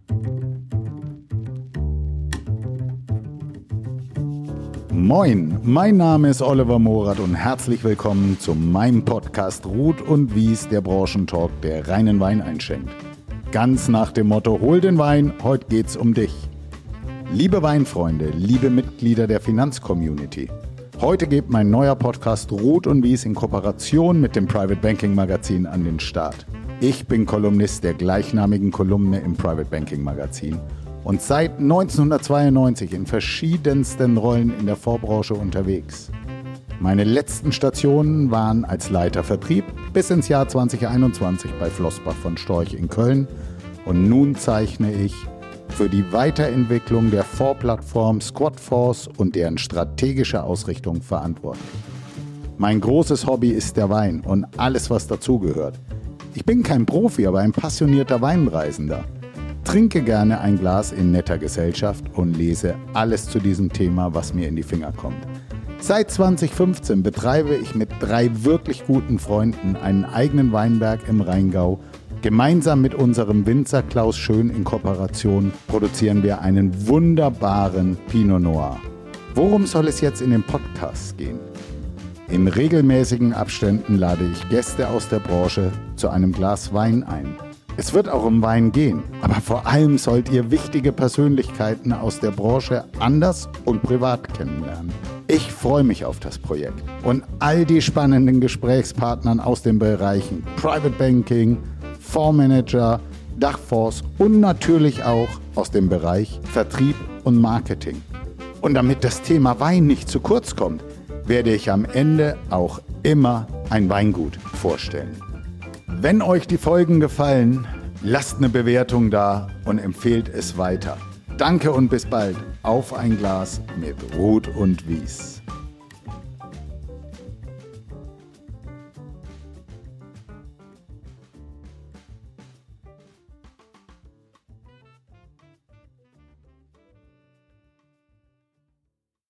Moin, mein Name ist Oliver Morath und herzlich willkommen zu meinem Podcast Ruth und Wies, der Branchentalk, der reinen Wein einschenkt. Ganz nach dem Motto, hol den Wein, heute geht's um dich. Liebe Weinfreunde, liebe Mitglieder der Finanzcommunity, heute geht mein neuer Podcast Ruth und Wies in Kooperation mit dem Private Banking Magazin an den Start. Ich bin Kolumnist der gleichnamigen Kolumne im Private Banking Magazin und seit 1992 in verschiedensten Rollen in der Vorbranche unterwegs. Meine letzten Stationen waren als Leiter Vertrieb bis ins Jahr 2021 bei Flossbach von Storch in Köln und nun zeichne ich für die Weiterentwicklung der Fondsplattform Squadforce und deren strategische Ausrichtung verantwortlich. Mein großes Hobby ist der Wein und alles, was dazugehört. Ich bin kein Profi, aber ein passionierter Weinreisender. Trinke gerne ein Glas in netter Gesellschaft und lese alles zu diesem Thema, was mir in die Finger kommt. Seit 2015 betreibe ich mit 3 wirklich guten Freunden einen eigenen Weinberg im Rheingau. Gemeinsam mit unserem Winzer Klaus Schön in Kooperation produzieren wir einen wunderbaren Pinot Noir. Worum soll es jetzt in dem Podcast gehen? In regelmäßigen Abständen lade ich Gäste aus der Branche zu einem Glas Wein ein. Es wird auch um Wein gehen, aber vor allem sollt ihr wichtige Persönlichkeiten aus der Branche anders und privat kennenlernen. Ich freue mich auf das Projekt und all die spannenden Gesprächspartnern aus den Bereichen Private Banking, Fondsmanager, Dachfonds und natürlich auch aus dem Bereich Vertrieb und Marketing. Und damit das Thema Wein nicht zu kurz kommt, werde ich am Ende auch immer ein Weingut vorstellen. Wenn euch die Folgen gefallen, lasst eine Bewertung da und empfehlt es weiter. Danke und bis bald. Auf ein Glas mit Ruth und Wies.